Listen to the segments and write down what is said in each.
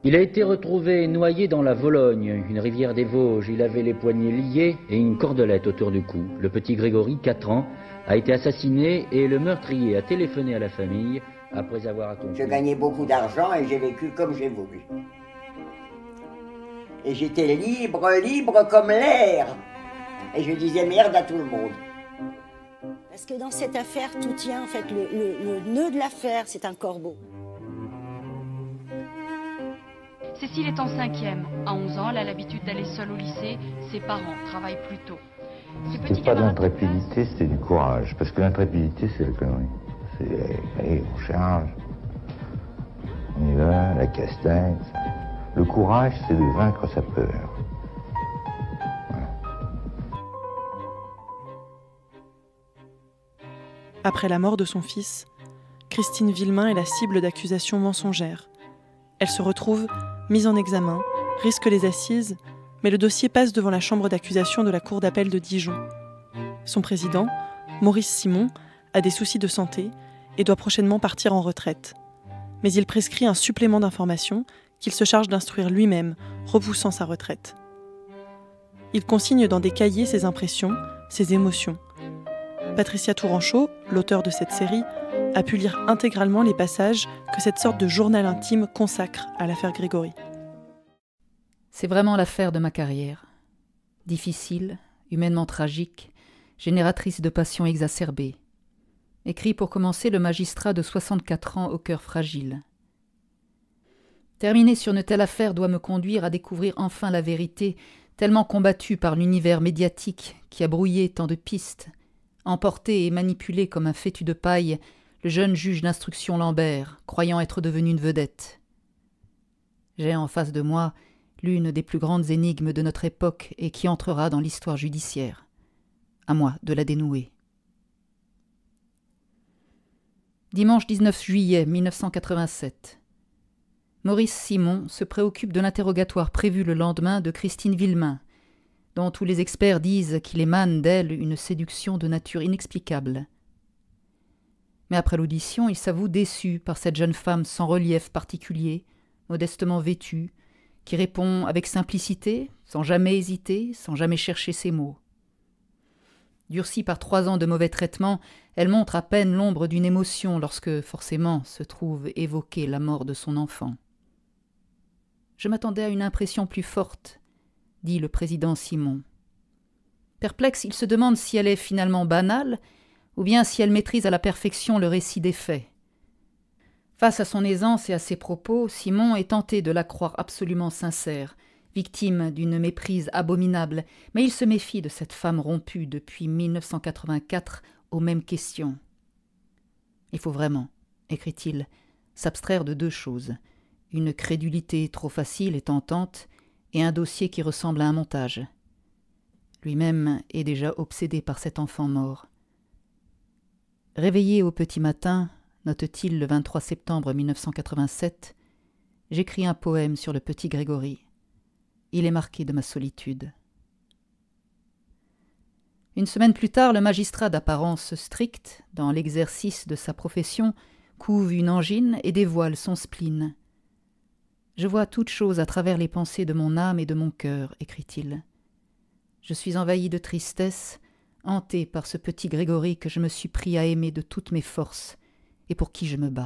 Il a été retrouvé noyé dans la Vologne, une rivière des Vosges. Il avait les poignets liés et une cordelette autour du cou. Le petit Grégory, 4 ans, a été assassiné et le meurtrier a téléphoné à la famille après avoir accompli... Je gagnais beaucoup d'argent et j'ai vécu comme j'ai voulu. Et j'étais libre comme l'air. Et je disais merde à tout le monde. Parce que dans cette affaire, tout tient, en fait, le nœud de l'affaire, c'est un corbeau. Cécile est en 5e. À 11 ans, elle a l'habitude d'aller seule au lycée. Ses parents travaillent plus tôt. C'est pas de l'intrépidité, c'est du courage. Parce que l'intrépidité, c'est la connerie. C'est, allez, on charge. On y va, la castagne. Le courage, c'est de vaincre sa peur. Voilà. Après la mort de son fils, Christine Villemain est la cible d'accusations mensongères. Elle se retrouve mise en examen, risque les assises, mais le dossier passe devant la chambre d'accusation de la cour d'appel de Dijon. Son président, Maurice Simon, a des soucis de santé et doit prochainement partir en retraite. Mais il prescrit un supplément d'information qu'il se charge d'instruire lui-même, repoussant sa retraite. Il consigne dans des cahiers ses impressions, ses émotions. Patricia Touranchot, l'auteure de cette série, a pu lire intégralement les passages que cette sorte de journal intime consacre à l'affaire Grégory. C'est vraiment l'affaire de ma carrière. Difficile, humainement tragique, génératrice de passions exacerbées. Écrit pour commencer le magistrat de 64 ans au cœur fragile. Terminer sur une telle affaire doit me conduire à découvrir enfin la vérité, tellement combattue par l'univers médiatique qui a brouillé tant de pistes, emporté et manipulé comme un fétu de paille le jeune juge d'instruction Lambert, croyant être devenu une vedette. J'ai en face de moi l'une des plus grandes énigmes de notre époque et qui entrera dans l'histoire judiciaire. À moi de la dénouer. Dimanche 19 juillet 1987. Maurice Simon se préoccupe de l'interrogatoire prévu le lendemain de Christine Villemain, dont tous les experts disent qu'il émane d'elle une séduction de nature inexplicable. Mais après l'audition, il s'avoue déçu par cette jeune femme sans relief particulier, modestement vêtue, qui répond avec simplicité, sans jamais hésiter, sans jamais chercher ses mots. Durcie par 3 ans de mauvais traitements, elle montre à peine l'ombre d'une émotion lorsque, forcément, se trouve évoquée la mort de son enfant. « Je m'attendais à une impression plus forte », dit le président Simon. Perplexe, il se demande si elle est finalement banale, ou bien si elle maîtrise à la perfection le récit des faits. Face à son aisance et à ses propos, Simon est tenté de la croire absolument sincère, victime d'une méprise abominable, mais il se méfie de cette femme rompue depuis 1984 aux mêmes questions. Il faut vraiment, écrit-il, s'abstraire de 2 choses, une crédulité trop facile et tentante, et un dossier qui ressemble à un montage. Lui-même est déjà obsédé par cet enfant mort. Réveillé au petit matin, note-t-il le 23 septembre 1987, j'écris un poème sur le petit Grégory. Il est marqué de ma solitude. Une semaine plus tard, le magistrat d'apparence stricte, dans l'exercice de sa profession, couve une angine et dévoile son spleen. « Je vois toute chose à travers les pensées de mon âme et de mon cœur, » écrit-il. « Je suis envahi de tristesse, hanté par ce petit Grégory que je me suis pris à aimer de toutes mes forces et pour qui je me bats. »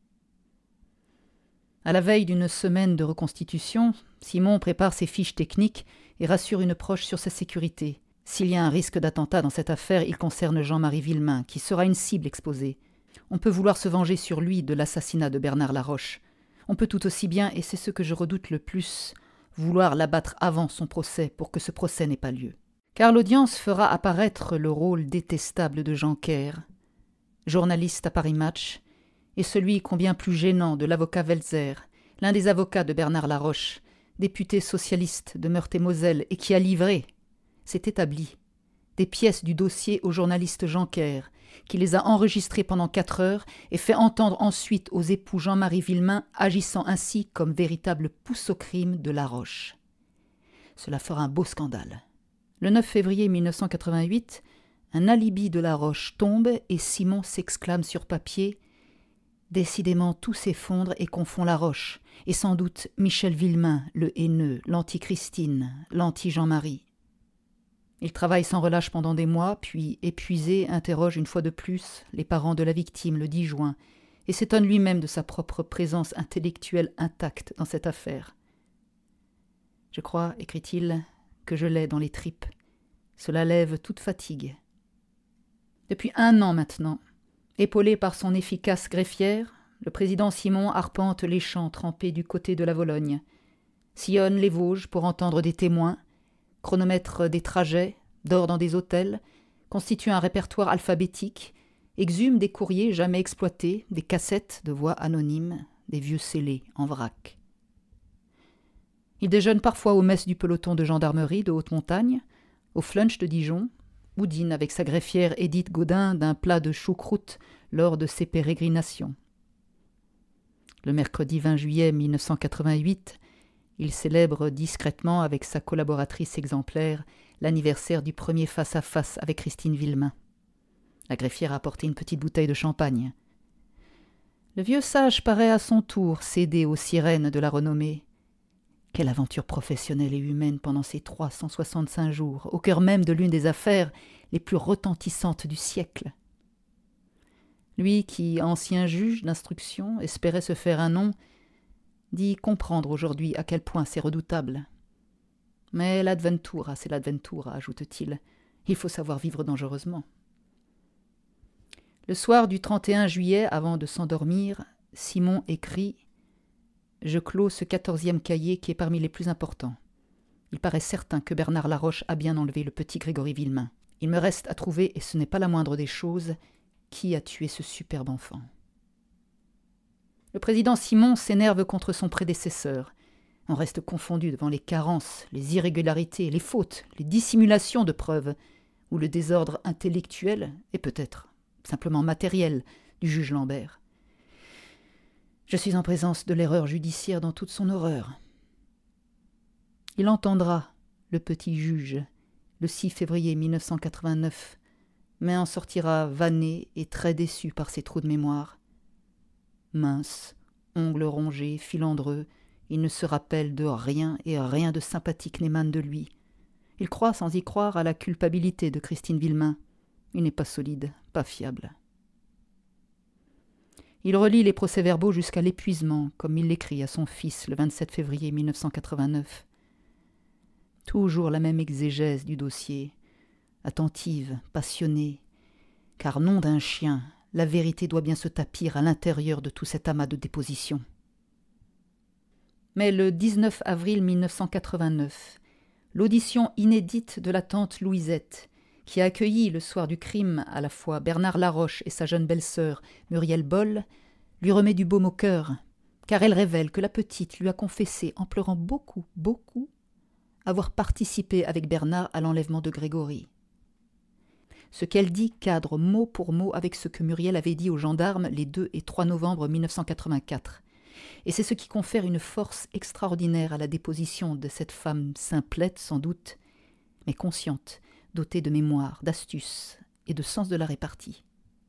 À la veille d'une semaine de reconstitution, Simon prépare ses fiches techniques et rassure une proche sur sa sécurité. S'il y a un risque d'attentat dans cette affaire, il concerne Jean-Marie Villemain, qui sera une cible exposée. On peut vouloir se venger sur lui de l'assassinat de Bernard Laroche. On peut tout aussi bien, et c'est ce que je redoute le plus, vouloir l'abattre avant son procès pour que ce procès n'ait pas lieu. Car l'audience fera apparaître le rôle détestable de Jean Kerr, journaliste à Paris Match, et celui combien plus gênant de l'avocat Welzer, l'un des avocats de Bernard Laroche, député socialiste de Meurthe-et-Moselle et qui a livré, c'est établi, des pièces du dossier au journaliste Jean Kerr, qui les a enregistrées pendant 4 heures et fait entendre ensuite aux époux Jean-Marie Villemain, agissant ainsi comme véritable pousse au crime de Laroche. Cela fera un beau scandale. Le 9 février 1988, un alibi de Laroche tombe et Simon s'exclame sur papier Décidément, tout s'effondre et confond Laroche, et sans doute Michel Villemain, le haineux, l'anti-Christine, l'anti-Jean-Marie. Il travaille sans relâche pendant des mois, puis, épuisé, interroge une fois de plus les parents de la victime le 10 juin, et s'étonne lui-même de sa propre présence intellectuelle intacte dans cette affaire. « Je crois, écrit-il, que je l'ai dans les tripes. Cela lève toute fatigue. » Depuis 1 an maintenant, épaulé par son efficace greffière, le président Simon arpente les champs trempés du côté de la Vologne, sillonne les Vosges pour entendre des témoins, chronomètre des trajets, dort dans des hôtels, constitue un répertoire alphabétique, exhume des courriers jamais exploités, des cassettes de voix anonymes, des vieux scellés en vrac. Il déjeune parfois aux messes du peloton de gendarmerie de haute montagne, au flunch de Dijon, ou dîne avec sa greffière Édith Gaudin d'un plat de choucroute lors de ses pérégrinations. Le mercredi 20 juillet 1988, il célèbre discrètement avec sa collaboratrice exemplaire l'anniversaire du premier face-à-face avec Christine Villemain. La greffière a apporté une petite bouteille de champagne. Le vieux sage paraît à son tour céder aux sirènes de la renommée. Quelle aventure professionnelle et humaine pendant ces 365 jours, au cœur même de l'une des affaires les plus retentissantes du siècle. Lui qui, ancien juge d'instruction, espérait se faire un nom, dit comprendre aujourd'hui à quel point c'est redoutable. Mais l'adventura, c'est l'adventura, ajoute-t-il. Il faut savoir vivre dangereusement. Le soir du 31 juillet, avant de s'endormir, Simon écrit « Je clôt ce 14e cahier qui est parmi les plus importants. Il paraît certain que Bernard Laroche a bien enlevé le petit Grégory Villemain. Il me reste à trouver, et ce n'est pas la moindre des choses, qui a tué ce superbe enfant. » Le président Simon s'énerve contre son prédécesseur. On reste confondu devant les carences, les irrégularités, les fautes, les dissimulations de preuves, ou le désordre intellectuel, et peut-être simplement matériel, du juge Lambert. Je suis en présence de l'erreur judiciaire dans toute son horreur. Il entendra le petit juge le 6 février 1989, mais en sortira vanné et très déçu par ses trous de mémoire. Mince, ongles rongés, filandreux, il ne se rappelle de rien et rien de sympathique n'émane de lui. Il croit sans y croire à la culpabilité de Christine Villemain. Il n'est pas solide, pas fiable. Il relit les procès-verbaux jusqu'à l'épuisement, comme il l'écrit à son fils le 27 février 1989. Toujours la même exégèse du dossier, attentive, passionnée, car nom d'un chien, la vérité doit bien se tapir à l'intérieur de tout cet amas de dépositions. Mais le 19 avril 1989, l'audition inédite de la tante Louisette, qui a accueilli le soir du crime à la fois Bernard Laroche et sa jeune belle-sœur Muriel Boll, lui remet du baume au cœur, car elle révèle que la petite lui a confessé, en pleurant beaucoup, beaucoup, avoir participé avec Bernard à l'enlèvement de Grégory. Ce qu'elle dit cadre mot pour mot avec ce que Muriel avait dit aux gendarmes les 2 et 3 novembre 1984. Et c'est ce qui confère une force extraordinaire à la déposition de cette femme simplette sans doute, mais consciente, dotée de mémoire, d'astuce et de sens de la répartie.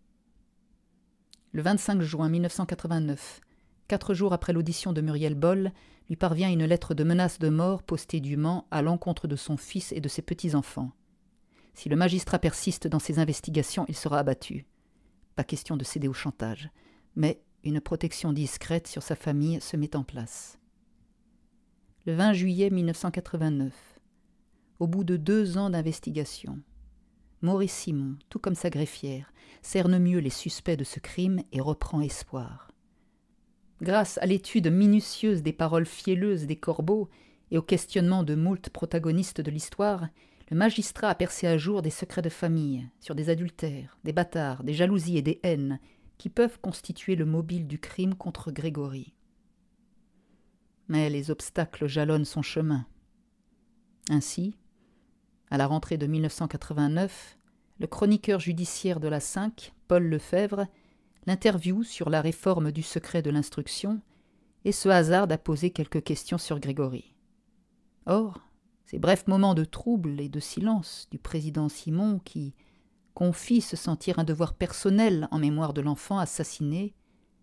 Le 25 juin 1989, 4 jours après l'audition de Muriel Boll, lui parvient une lettre de menace de mort postée du Mans à l'encontre de son fils et de ses petits-enfants. Si le magistrat persiste dans ses investigations, il sera abattu. Pas question de céder au chantage, mais une protection discrète sur sa famille se met en place. Le 20 juillet 1989, au bout de 2 ans d'investigation, Maurice Simon, tout comme sa greffière, cerne mieux les suspects de ce crime et reprend espoir. Grâce à l'étude minutieuse des paroles fielleuses des corbeaux et au questionnement de moult protagonistes de l'histoire, le magistrat a percé à jour des secrets de famille sur des adultères, des bâtards, des jalousies et des haines qui peuvent constituer le mobile du crime contre Grégory. Mais les obstacles jalonnent son chemin. Ainsi, à la rentrée de 1989, le chroniqueur judiciaire de la 5, Paul Lefebvre, l'interviewe sur la réforme du secret de l'instruction et se hasarde à poser quelques questions sur Grégory. Or, ces brefs moments de trouble et de silence du président Simon qui confie se sentir un devoir personnel en mémoire de l'enfant assassiné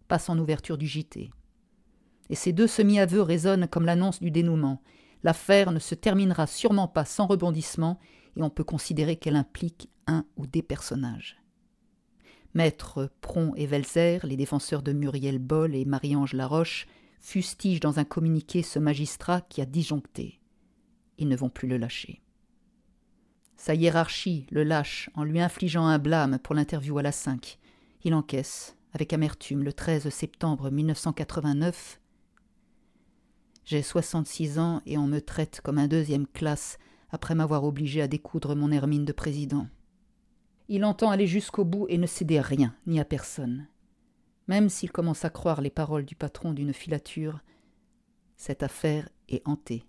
passe en ouverture du JT. Et ces 2 semi-aveux résonnent comme l'annonce du dénouement. L'affaire ne se terminera sûrement pas sans rebondissement et on peut considérer qu'elle implique un ou des personnages. Maître Pron et Welser, les défenseurs de Muriel Boll et Marie-Ange Laroche, fustigent dans un communiqué ce magistrat qui a disjoncté. Ils ne vont plus le lâcher. Sa hiérarchie le lâche en lui infligeant un blâme pour l'interview à la 5. Il encaisse, avec amertume, le 13 septembre 1989. « J'ai 66 ans et on me traite comme un 2e classe après m'avoir obligé à découdre mon hermine de président. » Il entend aller jusqu'au bout et ne céder à rien, ni à personne. Même s'il commence à croire les paroles du patron d'une filature, cette affaire est hantée.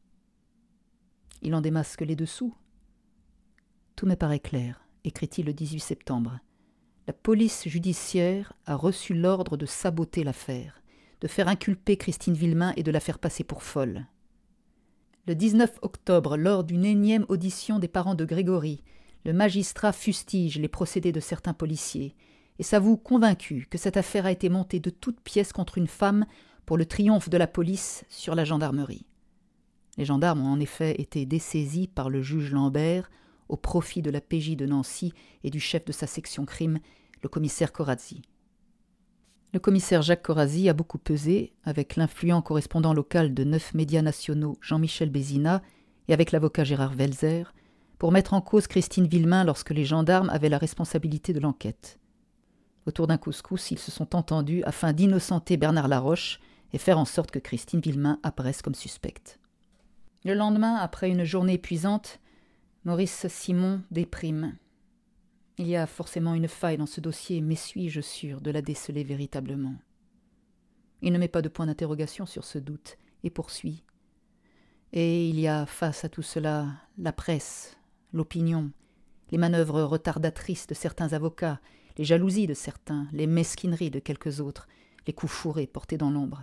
Il en démasque les dessous. Tout me paraît clair, écrit-il le 18 septembre. La police judiciaire a reçu l'ordre de saboter l'affaire, de faire inculper Christine Villemain et de la faire passer pour folle. Le 19 octobre, lors d'une énième audition des parents de Grégory, le magistrat fustige les procédés de certains policiers et s'avoue convaincu que cette affaire a été montée de toutes pièces contre une femme pour le triomphe de la police sur la gendarmerie. Les gendarmes ont en effet été dessaisis par le juge Lambert au profit de la PJ de Nancy et du chef de sa section crime, le commissaire Corazzi. Le commissaire Jacques Corazzi a beaucoup pesé avec l'influent correspondant local de 9 médias nationaux Jean-Michel Bézina et avec l'avocat Gérard Welser pour mettre en cause Christine Villemain lorsque les gendarmes avaient la responsabilité de l'enquête. Autour d'un couscous, ils se sont entendus afin d'innocenter Bernard Laroche et faire en sorte que Christine Villemain apparaisse comme suspecte. Le lendemain, après une journée épuisante, Maurice Simon déprime. Il y a forcément une faille dans ce dossier, mais suis-je sûr de la déceler véritablement ? Il ne met pas de point d'interrogation sur ce doute et poursuit. Et il y a face à tout cela la presse, l'opinion, les manœuvres retardatrices de certains avocats, les jalousies de certains, les mesquineries de quelques autres, les coups fourrés portés dans l'ombre.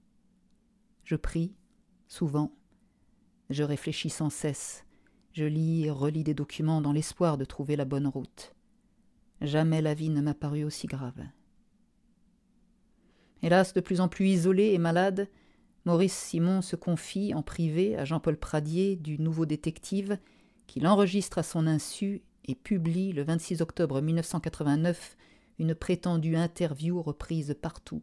Je prie, souvent, je réfléchis sans cesse, je lis et relis des documents dans l'espoir de trouver la bonne route. Jamais la vie ne m'a paru aussi grave. Hélas, de plus en plus isolé et malade, Maurice Simon se confie en privé à Jean-Paul Pradier du Nouveau Détective, qu'il enregistre à son insu et publie le 26 octobre 1989 une prétendue interview reprise partout.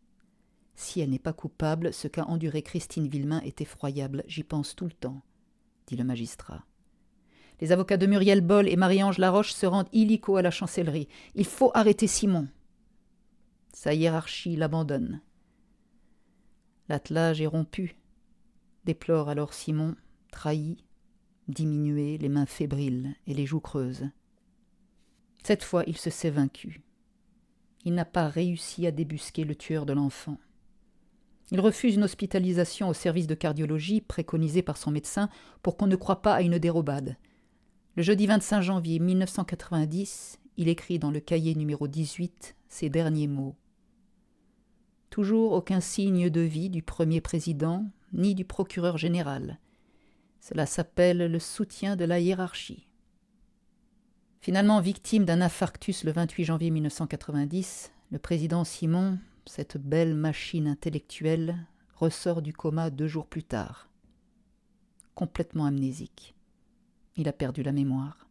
Si elle n'est pas coupable, ce qu'a enduré Christine Villemain est effroyable, j'y pense tout le temps, dit le magistrat. Les avocats de Muriel Boll et Marie-Ange Laroche se rendent illico à la chancellerie. Il faut arrêter Simon. Sa hiérarchie l'abandonne. L'attelage est rompu, déplore alors Simon, trahi, diminué, les mains fébriles et les joues creuses. Cette fois, il se sait vaincu. Il n'a pas réussi à débusquer le tueur de l'enfant. Il refuse une hospitalisation au service de cardiologie préconisée par son médecin pour qu'on ne croie pas à une dérobade. Le jeudi 25 janvier 1990, il écrit dans le cahier numéro 18 ces derniers mots. « Toujours aucun signe de vie du premier président ni du procureur général. Cela s'appelle le soutien de la hiérarchie. » Finalement victime d'un infarctus le 28 janvier 1990, le président Simon, cette belle machine intellectuelle, ressort du coma 2 jours plus tard. Complètement amnésique. Il a perdu la mémoire.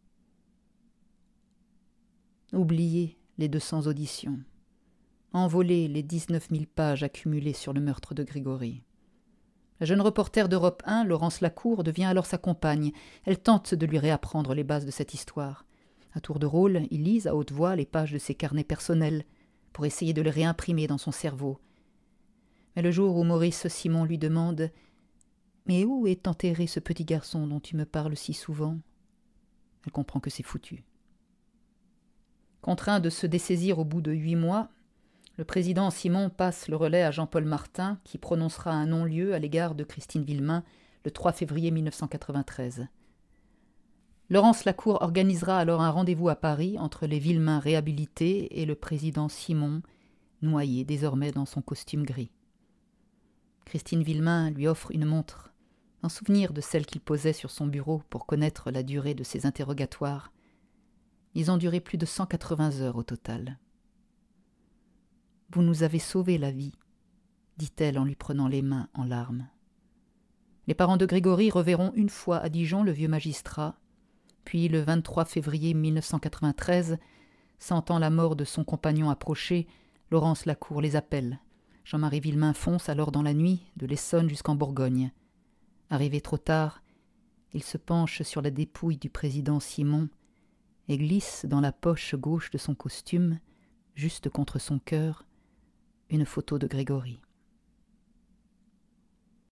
Oublié les 200 auditions. Envolé les 19 000 pages accumulées sur le meurtre de Grégory. La jeune reporter d'Europe 1, Laurence Lacour, devient alors sa compagne. Elle tente de lui réapprendre les bases de cette histoire. À tour de rôle, ils lisent à haute voix les pages de ses carnets personnels pour essayer de les réimprimer dans son cerveau. Mais le jour où Maurice Simon lui demande « Mais où est enterré ce petit garçon dont tu me parles si souvent ?» Elle comprend que c'est foutu. Contraint de se dessaisir au bout de 8 mois, le président Simon passe le relais à Jean-Paul Martin, qui prononcera un non-lieu à l'égard de Christine Villemain le 3 février 1993. Laurence Lacour organisera alors un rendez-vous à Paris entre les Villemain réhabilités et le président Simon, noyé désormais dans son costume gris. Christine Villemain lui offre une montre, en souvenir de celle qu'il posait sur son bureau pour connaître la durée de ses interrogatoires. Ils ont duré plus de 180 heures au total. vous nous avez sauvé la vie, dit-elle en lui prenant les mains en larmes. Les parents de Grégory reverront une fois à Dijon le vieux magistrat, puis le 23 février 1993, sentant la mort de son compagnon approcher, Laurence Lacour les appelle. Jean-Marie Villemain fonce alors dans la nuit de l'Essonne jusqu'en Bourgogne. Arrivé trop tard, il se penche sur la dépouille du président Simon et glisse dans la poche gauche de son costume, juste contre son cœur, une photo de Grégory.